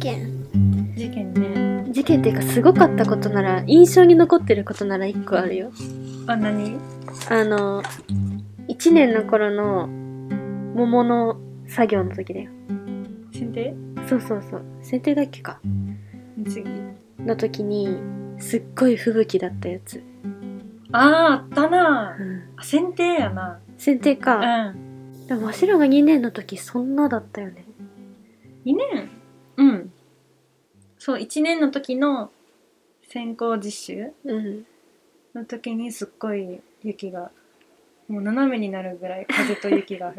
事件ね。 事件っていうかすごかったことなら、印象に残ってることなら1個あるよ。 あ、何？ 1年の頃の桃の作業の時だよ。 剪定？ そうそうそう。剪定だっけか次。 の時に、すっごい吹雪だったやつ。 あったな。 うん。 剪定やな。 剪定うか。 ん。 でもわしらが2年の時そんなだったよね。 2年？うん。そう、1年の時の先行実習うん。 の時にすっごい雪が、もう斜めになるぐらい風と雪が降って、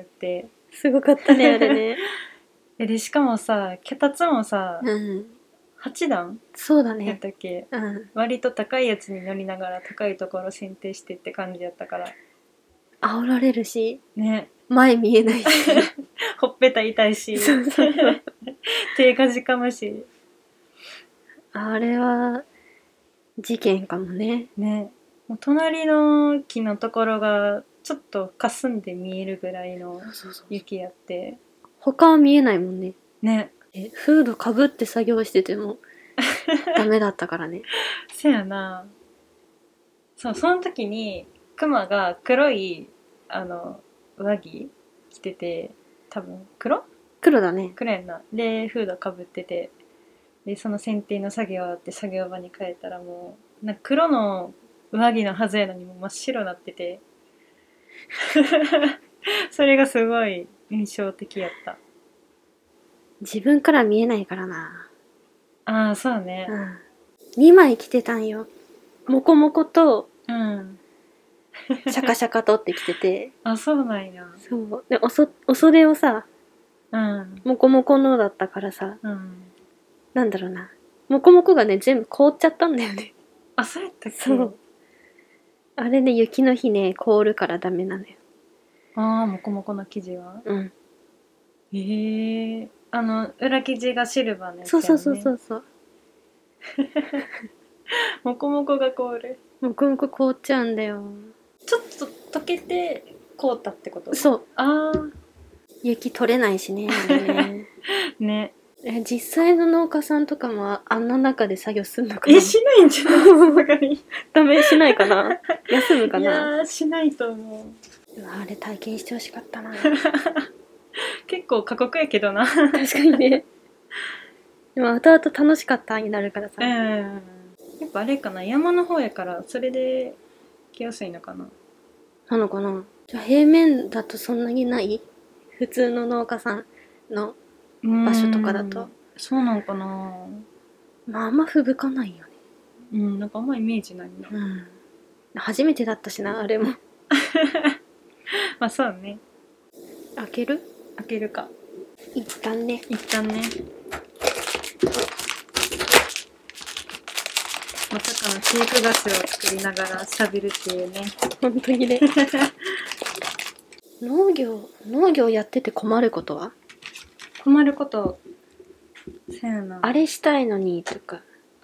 すごかったね、あれね。 で、しかもさ、脚立もさ、 うん。 8段そうだやっね。 たっけ？ うん。 割と高いやつに乗りながら高いところ剪定してって感じやったから。 煽られるし、 ね。 前見えないし。 ほっぺた痛いし、 そうそうそう。 手かじかむし。 あれは、事件かもね。 ね。もう隣の木のところがちょっと霞んで見えるぐらいのそうそうそう。 雪やって。 他は見えないもんね。 ね。 フードかぶって作業しててもダメだったからね。 せやな。そう、その時にクマが黒い上着着てて、多分黒黒だね。 黒やんな。でフードかぶってて、でその剪定の作業あって作業場に帰ったらもうなんか黒の上着のはずやのにも真っ白になっててそれがすごい印象的やった。 自分から見えないからな。 ああ、そうね。 うん。2枚着てたんよ。モコモコとうん。 シャカシャカとって着てて。 あ、そうなんや。 そう。で、お袖をさ、 うん。 モコモコのだったからさ、 うん。 なんだろうな。モコモコがね、全部凍っちゃったんだよね。 あ、そうやったっけ？ そう。あれね、雪の日ね、凍るからダメなのよ。 ああ、もこもこの生地は？ うん。 ええ、裏生地がシルバーのやつやね。 そうそうそうそうそう。 もこもこが凍る。 モコモコ凍っちゃうんだよ。 ちょっと溶けて凍ったってこと？ そう。 あ雪取れないしね、あれね。 あ、ね。 実際の農家さんとかもあんな中で作業すんのかな。 しないんじゃない？さすがに。 ダメしないかな。休むかいな。 やー、しないと思う。 あれ体験してほしかったな。 結構過酷やけどな。 確かにね。でも後々楽しかったになるからさ。 うん。やっぱあれかな、山の方やからそれで来やすいのかな。 なのかな。じゃあ平面だとそんなにない？普通の農家さんの場所とかだと。 そうなんかな。 まああんま吹雪かないよね。 うん、なんかあんまイメージないな。 うん。初めてだったしな、あれも。 まあそうね。 開ける？ 開けるか。 一旦ね。 一旦ね。まさかの飼育菓子を作りながら喋るっていうね。 本当にね。農業やってて困ることは？ 困ること、せやな。 あれしたいのにとか。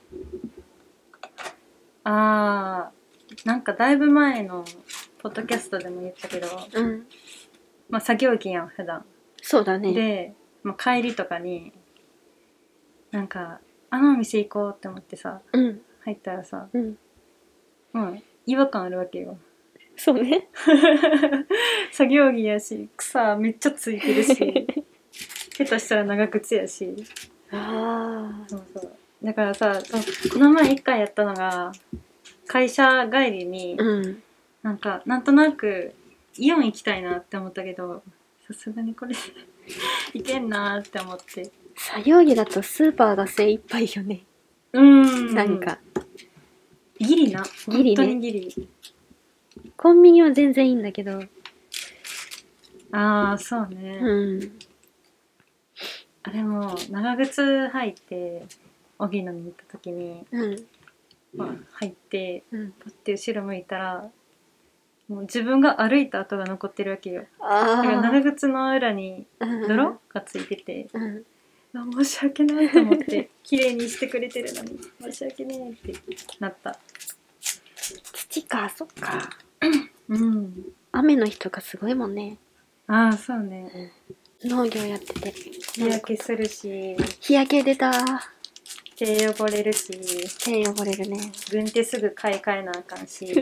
あー、なんかだいぶ前のポッドキャストでも言ったけど、 うん。 まあ作業着やん、普段。 そうだね。 で、まあ、帰りとかに、なんか、あのお店行こうって思ってさ、 うん。 入ったらさ、 うん。 違和感あるわけよ。 そうね。 作業着やし、草めっちゃついてるし、下手したら長靴やし。 ああ。 そうそう。だからさ、この前一回やったのが、会社帰りに、 うん。 なんとなく、イオン行きたいなって思ったけど、さすがにこれ、いけんなって思って。 作業着だとスーパーが精一杯よね。なんか。 ギリな。 ギリね本当にギリ。 コンビニは全然いいんだけど。 ああ、そうね。 うん。 あれも、長靴履いて、荻野に行った時に、 うん。 まあ、入って、 うん。 パッて後ろ向いたら、もう自分が歩いた跡が残ってるわけよ。だからあ長靴の裏にあ。 泥がついてて、 うん。 あ、申し訳ないと思って、綺麗にしてくれてるのに、申し訳ないってなった。 土か、そっか。 うん。 雨の日とかすごいもんね。 ああ、そうね。 農業やってて。 日焼けするし、 日焼け出た。 手汚れるし、 手汚れるね。 軍手すぐ買い替えなあかんし、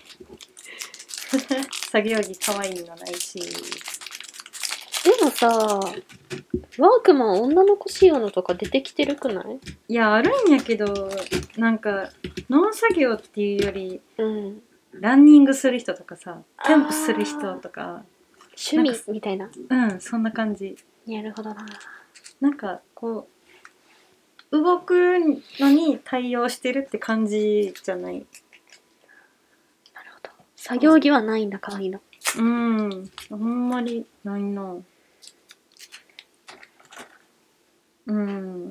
作業着可愛いのないし。 でもさ、ワークマン女の子仕様のとか出てきてるくない？ いや、あるんやけど、なんか、農作業っていうより、 うん。 ランニングする人とかさ、キャンプする人とか、 趣味みたいな。 うん、そんな感じ。 なるほどな。 なんか、こう、動くのに対応してるって感じじゃない。 なるほど。作業着はないんだ、可愛いの。 うん、あんまりないな。うん。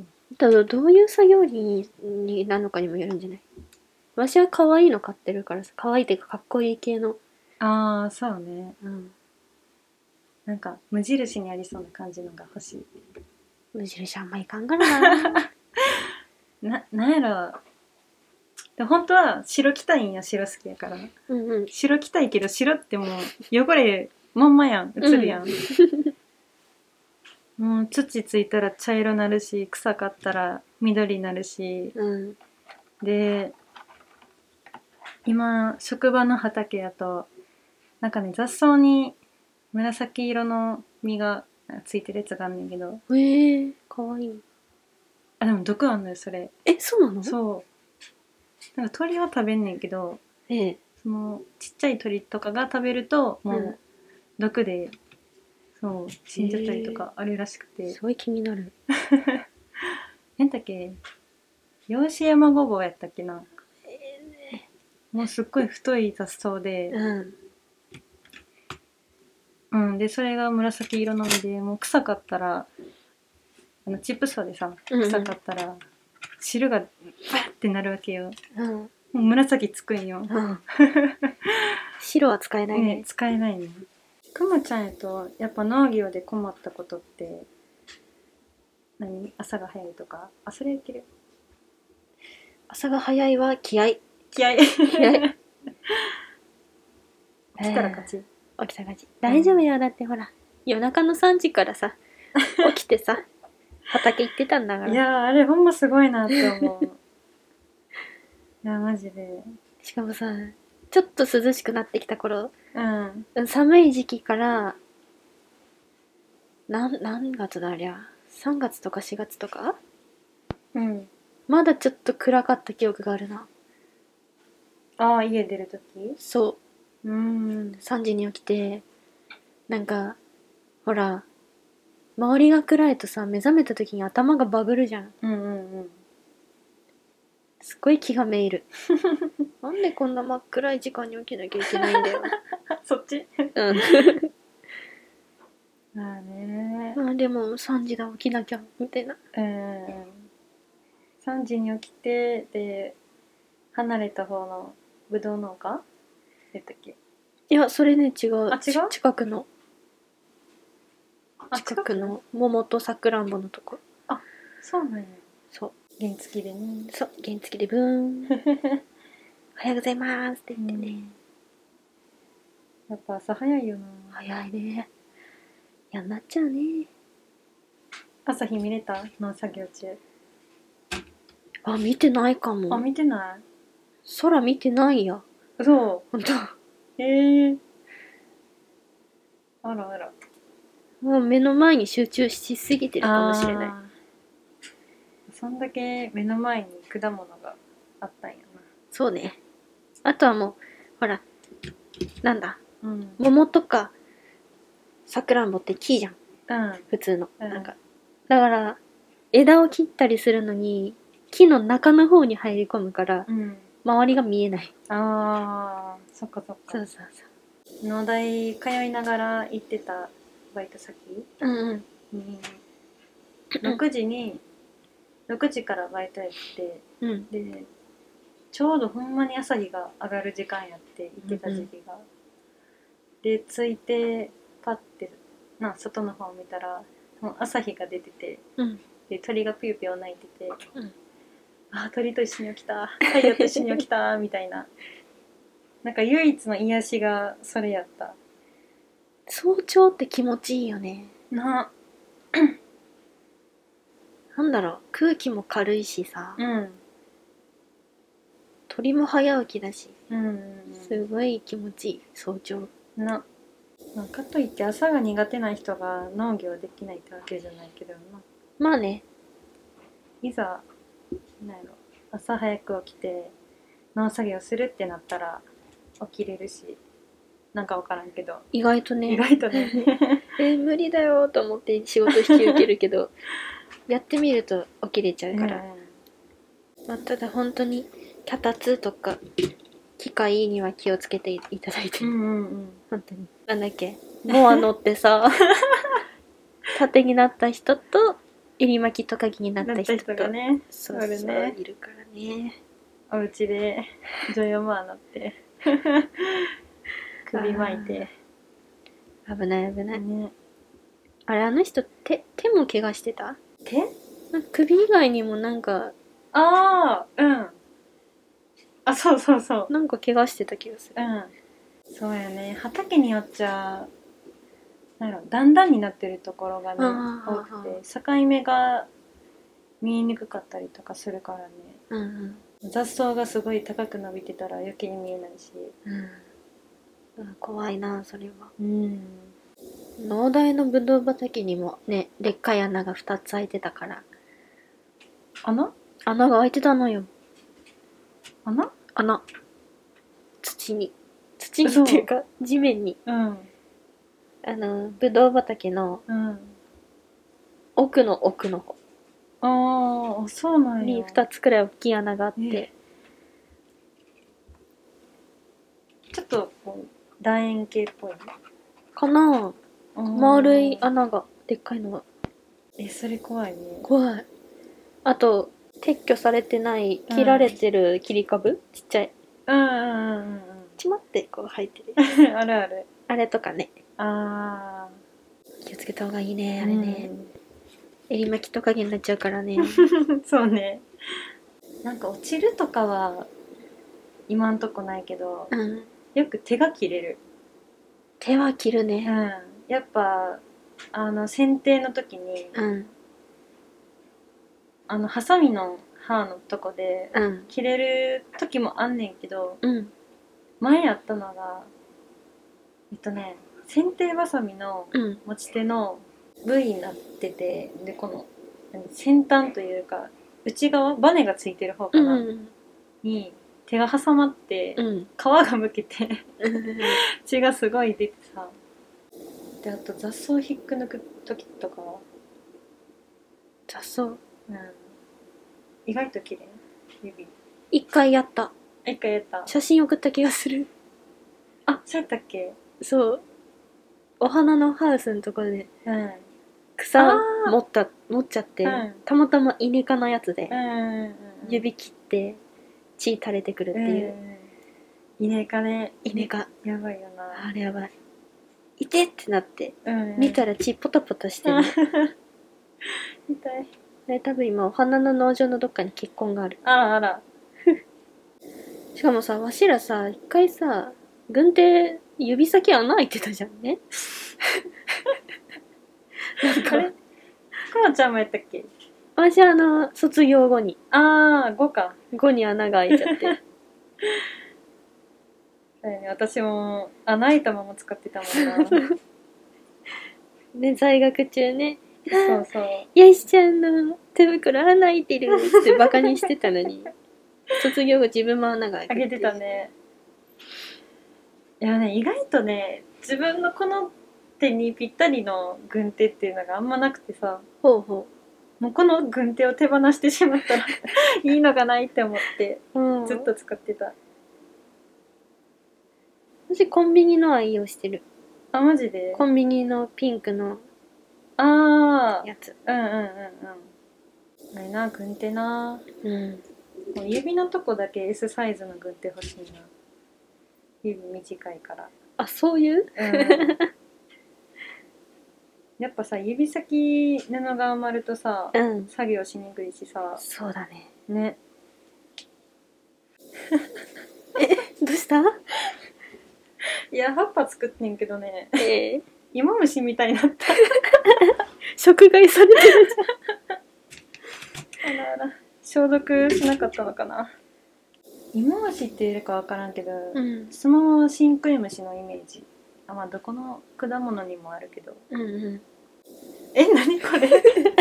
どういう作業着になるのかにもよるんじゃない？私は可愛いの買ってるからさ、可愛いっていうかかっこいい系の。 ああ、そうね。 うん。 なんか、無印にありそうな感じのが欲しい。 無印あんまいかんからな。 なんやろ。で本当は白着たいんや、白好きやから。 うんうん。 白着たいけど、白ってもう汚れまんまやん。映るやん。もう土ついたら茶色なるし、臭かったら緑なるし。 うん。 で、今、職場の畑やと、なんかね、雑草に紫色の実がついてるやつがあんねんけど。 かわいい。 あ、でも毒あんのよ、それ。 そうなの？ そう。なんか鳥は食べんねんけど、そのちっちゃい鳥とかが食べるともう毒で、そう死んじゃったりとかあるらしくて、 すごい気になる。 なんだっけ、ヨシヤマゴボウやったっけな、もうすっごい太い雑草で、でそれが紫色の実で、もう臭かったらチップソでさ、臭かったら汁がバッってなるわけよ。もう紫つくんよ。 白は使えないね。 使えないね。くまちゃんやとやっぱ農業で困ったことって何？朝が早いとか？あ、それいける。 朝が早いは気合。 気合。 気合。 起きたら勝ち。 起きたら勝ち。大丈夫よ。だってほら、夜中の3時からさ、起きてさ、畑行ってたんだから。 いやー、あれほんますごいなって思う。いや、マジで。 しかもさ、ちょっと涼しくなってきた頃、 うん。 寒い時期から、何月だありゃ、3月とか4月とか、 うん。 まだちょっと暗かった記憶があるな。 ああ、家出るとき？ そう。 3 3時に起きて、なんか、ほら、周りが暗いとさ、目覚めた時に頭がバグるじゃん。すっごい気がめいる。なんでこんな真っ暗い時間に起きなきゃいけないんだよ。 そっち？ うん。 まあね。 でも3時だ、起きなきゃ、みたいな。 3時に起きて、で、離れた方のぶどう農家やったっけ？ いや、それね、違う。 あ、違う？ 近くの桃とさくらんぼのとこ。 あ、そうなんや。 そう。 原付でね。 そう、原付でブーン。おはようございますって言ってね。 やっぱ朝早いよな。 早いね。やんなっちゃうね。 朝日見れた？農作業中。 あ、見てないかも。 あ、見てない？ 空見てないや。 そう。 ほんと。 へえ。あらあら。 もう目の前に集中しすぎてるかもしれない。 そんだけ目の前に果物があったんやな。 そうね。あとはもう、ほら、なんだ。 うん。 桃とか、さくらんぼって木じゃん。普通の。なんか。だから、枝を切ったりするのに、木の中の方に入り込むから、周りが見えない。 ああ、そっかそっか。 そうそうそう。 農大通いながら行ってたバイト先に、6時からバイトやって、で、ちょうどほんまに朝日が上がる時間やって、行ってた時期が。で、着いて、パッて、外の方を見たら、もう朝日が出てて、で、鳥がピューピュー鳴いてて、あ、鳥と一緒に起きた、太陽と一緒に起きた、みたいな。なんか唯一の癒しがそれやった。 早朝って気持ちいいよね。 な。 なんだろう、空気も軽いしさ、 うん。 鳥も早起きだし、 うんうんすごい気持ちいい、早朝。 まあ、かといって朝が苦手な人が農業できないってわけじゃないけどな。 まあね。 いざ、なんやろ、朝早く起きて農作業するってなったら起きれるし、なんかわからんけど。 意外とね。 意外とね。 無理だよと思って仕事引き受けるけど、やってみると起きれちゃうから。まあ、ただ本当に、脚立とか、機械には気をつけていただいて。本当に。なんだっけ、モア乗ってさ、縦になった人と、襟巻きトカゲになった人と。 がね、 そうそう、ね、いるからね。 お家で女優モア乗って。首巻いて。 危ない危ない。ね、あれ、あの人、手も怪我してた？ 手？ 首以外にもなんか。 ああ、うん。あ、そうそうそう。 なんか怪我してた気がする。 うん。そうやね。畑によっちゃ、なんやろ、段々になってるところがね、多くて、境目が見えにくかったりとかするからね。うんうん、雑草がすごい高く伸びてたら余計に見えないし。 うん、怖いな、それは。農大のぶどう畑にもね、でっかい穴が2つ開いてたから。穴が開いてたのよ。穴土にっていうか地面に、ぶどう畑の奥の方、 そうなんやに2つくらい大きい穴があって、 ちょっとこう楕円形っぽいかな。丸い穴がでっかいのが。 それ怖いね。 怖い。あと撤去されてない切られてる切り株、ちっちゃい、ちまってこう入ってるあるある。 あれとかね。気をつけた方がいいね、あれね。襟巻きトカゲになっちゃうからね。 そうね。なんか落ちるとかは今んとこないけど、よく手が切れる。 手は切るね。 やっぱ剪定の時に、ハサミの刃のとこで切れる時もあんねんけど、前やったのが剪定バサミの持ち手の部位になってて、でこの先端というか内側バネがついてる方かな、に手が挟まって、皮がむけて血がすごい出てさ。であと雑草引っこ抜く時とかは雑草、 意外と綺麗。指一回やった。 写真送った気がする。 あ、そうやったっけ。 そう、お花のハウスのところで、草持っちゃって、たまたまイネ科のやつで、指切って血垂れてくるっていう。 イネ科ね。 イネ科やばいよな。 あれやばい。いてってなって、見たら血ポタポタしてる。 痛い。 あれ多分今お花の農場のどっかに血痕がある。 あら。 しかもさ、わしらさ、一回さ、軍手指先穴開いてたじゃんね。 なんかあれ、くまちゃんもやったっけ。 私卒業後に。 5か。 5に穴が開いちゃって。 私も穴開いたまま使ってたもんな。 ね、在学中ね。 そうそう。 ヤシちゃんの手袋穴開いてるってバカにしてたのに、卒業後自分も穴が開いてたね。いやね、意外とね、自分のこの手にぴったりの軍手っていうのがあんまなくてさ。もうこの軍手を手放してしまったらいいのがないって思って、ずっと使ってた。 私コンビニの愛用してる。 マジで？ コンビニのピンクのやつ。 あれな、軍手な。もう指のとこだけ S サイズの軍手欲しいな。指短いから。 あ、そういう？ やっぱさ、指先布が余るとさ、作業しにくいしさ。 そうだね。 ね。 どうした？ いや、葉っぱ作ってんけどね。芋虫みたいになった。 食害されてるじゃん。 あら消毒しなかったのかな。イモムシって言えるか分からんけど、そのままシンクイムシのイメージ。まあどこの果物にもあるけど。何これ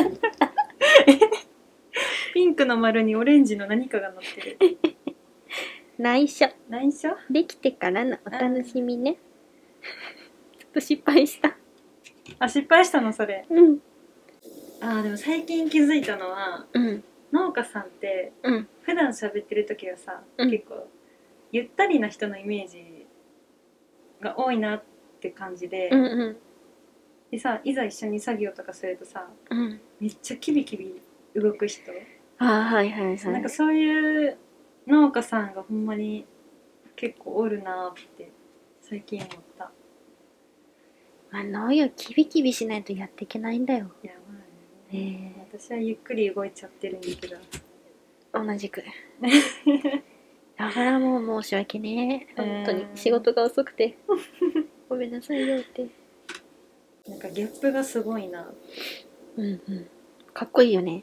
ピンクの丸にオレンジの何かが乗ってる。 内緒。 内緒？ できてからのお楽しみね。ちょっと失敗した。 失敗したのそれ。でも最近気づいたのは、農家さんって、普段喋ってる時はさ、結構ゆったりな人のイメージが多いなって感じで、でさ、いざ一緒に作業とかするとさ、めっちゃキビキビ動く人。なんかそういう農家さんがほんまに結構おるなって最近思った。 農業キビキビしないとやっていけないんだよ。 いやまあね、私はゆっくり動いちゃってるんだけど。 同じく。だからもう申し訳ねえ。本当に仕事が遅くてごめんなさいよって。 なんかギャップがすごいな。 かっこいいよね。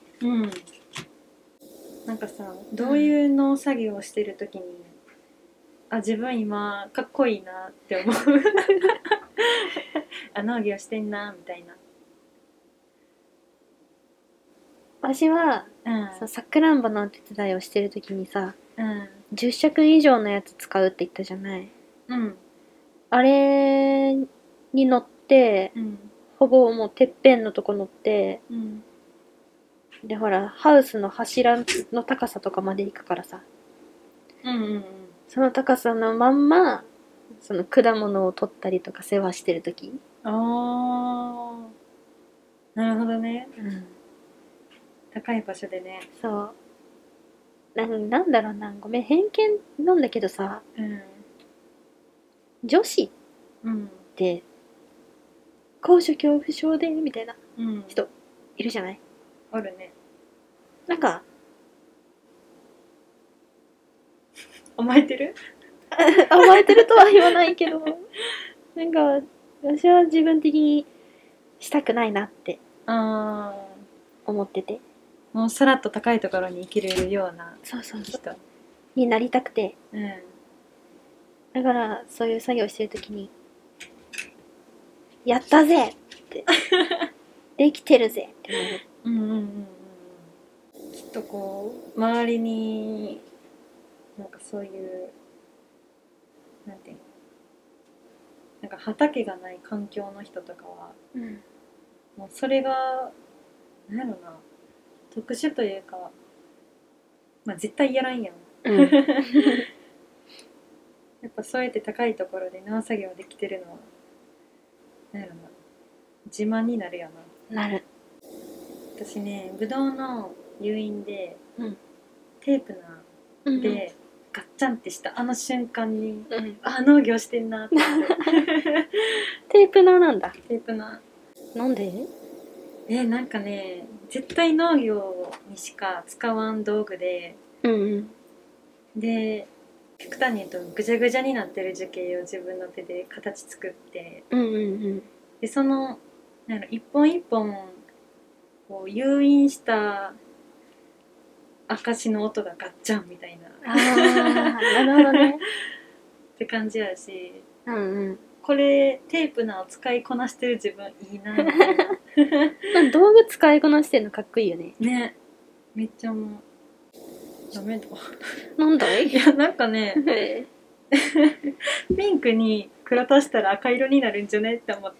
なんかさ、どういう農作業をしてる時に、自分今かっこいいなって思う農業してんなみたいな。 私はさくらんぼのお手伝いをしてる時にさ、10色以上のやつ使うって言ったじゃない。あれに乗って、ほぼもうてっぺんのとこ乗って、でほらハウスの柱の高さとかまで行くからさ、その高さのまんまその果物を取ったりとか世話してる時。 なるほどね。高い場所でね。 そうなんだろうな、ごめん偏見なんだけどさ、女子って高所恐怖症でみたいな人いるじゃない。 あるね。 なんか甘えてる甘えてるとは言わないけどなんか私は自分的にしたくないなって思ってて、 もうさらっと高いところに生きれるような人になりたくて、だからそういう作業してるときにやったぜってできてるぜってなる。 きっとこう周りになんかそういうなんていうの、なんか畑がない環境の人とかは、もうそれがなんやろな、特殊というか、絶対やらんやん。やっぱそうやって高いところで農作業できてるのはなんやろな、自慢になるよな。 なる。 私ね、ぶどうの誘引で、テープナでガッチャンってしたあの瞬間に、農業してんなって思ってテープナーなんだ。 テープナーなんで？ なんかね、絶対農業にしか使わん道具で、で極端に言うとぐちゃぐちゃになってる樹形を自分の手で形作って、でその一本一本こう誘引した証の音がガッチャンみたいな。 なるほどね。 って感じやし、これテープナを使いこなしてる自分いいなみたいな。 道具使いこなしてるのかっこいいよね。 ね、めっちゃもうダメだ。 なんだい？ いやなんかねピンクに黒足したら赤色になるんじゃねって思って。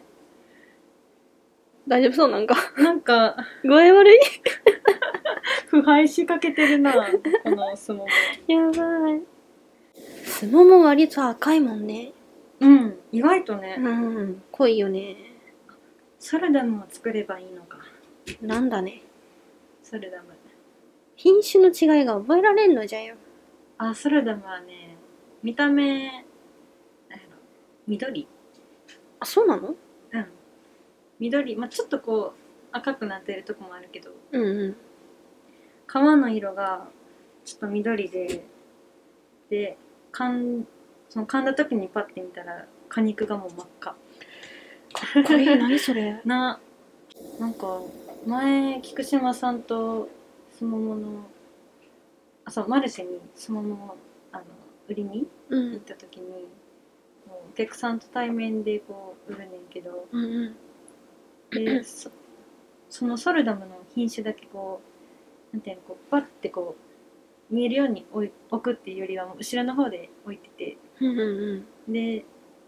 大丈夫そうなんか。 なんか具合悪い腐敗しかけてるなこのスモモ。 やばい。スモモ割と赤いもんね。 意外とね。 濃いよね。 ソルダムを作ればいいのか。 なんだね。 ソルダム。 品種の違いが覚えられんのじゃよ。 ソルダムはね、見た目緑。 そうなの？ 緑、ちょっとこう赤くなってるとこもあるけど、皮の色がちょっと緑で、噛んだ時にパッて見たら果肉がもう真っ赤。 かっこいい。何それ。 なんか前菊島さんとすもものそうマルシェにすもも売りに行った時に、もうお客さんと対面でこう売るねんけど、でそのソルダムの品種だけこうなんていうのこうバッてこう見えるように置くっていうよりはもう後ろの方で置いてて、で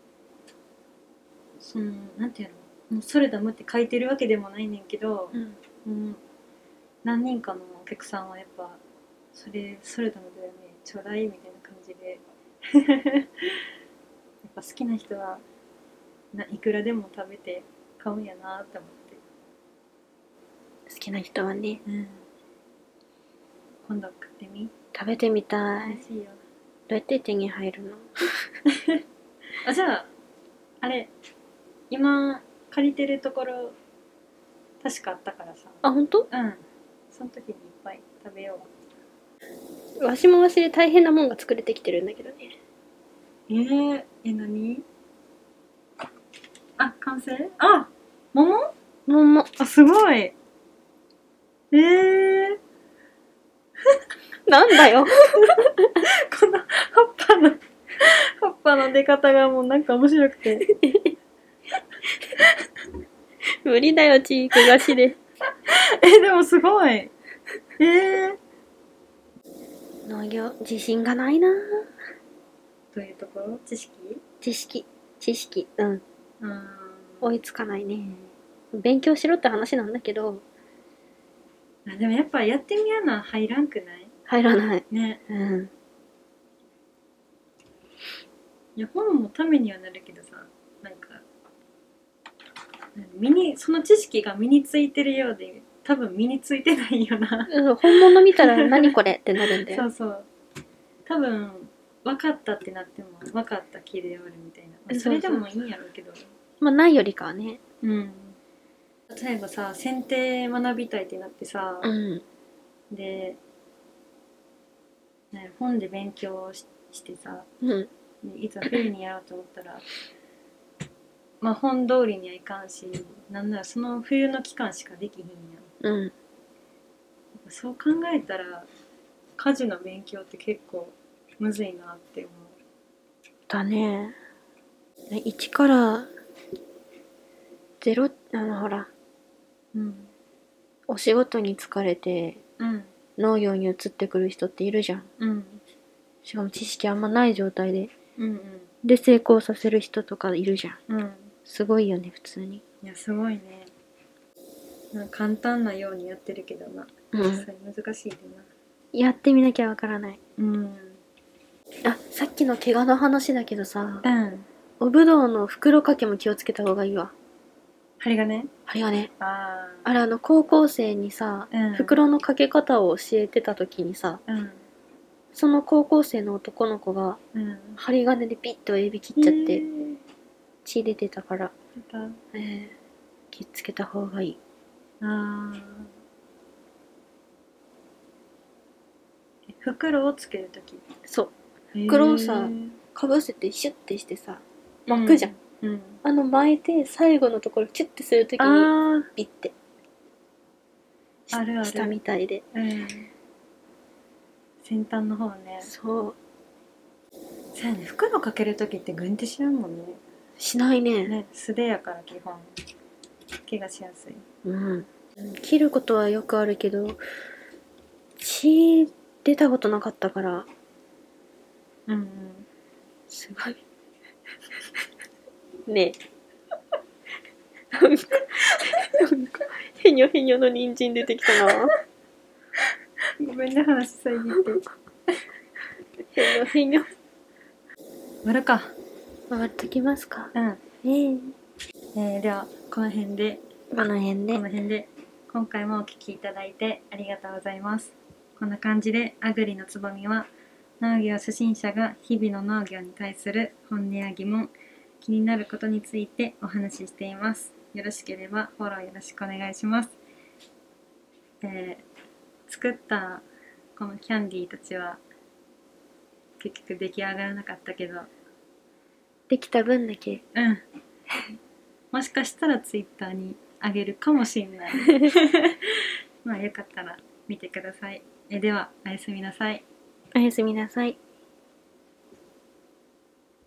そのなんていうのもうソルダムって書いてるわけでもないねんけど、何人かのお客さんはやっぱそれソルダムだよねちょうだいみたいな感じでやっぱ好きな人はいくらでも食べて買うんやなって思って。 好きな人はね、 今度食ってみ。 食べてみたい。 美味しいよ。 どうやって手に入るの？ じゃああれ今借りてるところ確かあったからさ。 本当？ その時にいっぱい食べよう。わしもわしで大変なもんが作れてきてるんだけどね。 何？完成？桃？すごい。 なんだよ。 この葉っぱの出方がもうなんか面白くて。 無理だよ、チーク菓子で。 でもすごい。 農業、自信がないな。 どういうところ？知識。 追いつかないね。勉強しろって話なんだけど。 でもやっぱやってみやな入らんくない？ 入らない。 ね。いや本もためにはなるけどさ、なんかその知識が身についてるようで多分身についてないよな。 本物見たら何これってなるんだよ。 そう多分分かったってなっても分かった気で終わるみたいな、それでもいいんやろうけど、 ないよりかはね。 例えばさ剪定学びたいってなってさ、で本で勉強してさ、いつも冬にやろうと思ったら本通りにはいかんし、なんならその冬の期間しかできひんやん。そう考えたら家事の勉強って結構むずいなって思う。 だね。1から0ほら、お仕事に疲れて、農業に移ってくる人っているじゃん。しかも知識あんまない状態で、で成功させる人とかいるじゃん。すごいよね普通に。 いやすごいね。簡単なようにやってるけどな、実際難しいでな。 やってみなきゃわからない。さっきの怪我の話だけどさ、おぶどうの袋掛けも気をつけた方がいいわ。針金。あれ高校生にさ、袋の掛け方を教えてた時にさ、その高校生の男の子が、針金でピッと指切っちゃって、血出てたから、気をつけた方がいい。 袋をつけるとき。 そう。袋をさ、かぶせてシュッてしてさ、巻くじゃん。巻いて最後のところチュッてするときにビッてしたみたいで。 先端の方ね。 そうやね。袋かけるときって軍手しないもんね。 しないね。 素手やから基本怪我しやすい。 切ることはよくあるけど血出たことなかったから。すごいねえなんかへにょへにょの人参出てきたな。 ごめんね話遮ってへにょへにょ。 終わるか。 終わっときますか。 ではこの辺で今回もお聞きいただいてありがとうございます。こんな感じであぐりのつぼみは農業初心者が日々の農業に対する本音や疑問、気になることについてお話ししています。よろしければフォローよろしくお願いします。作ったこのキャンディーたちは結局出来上がらなかったけど、 できた分だけもしかしたらツイッターにあげるかもしれないまあよかったら見てください。ではおやすみなさい。 おやすみなさい。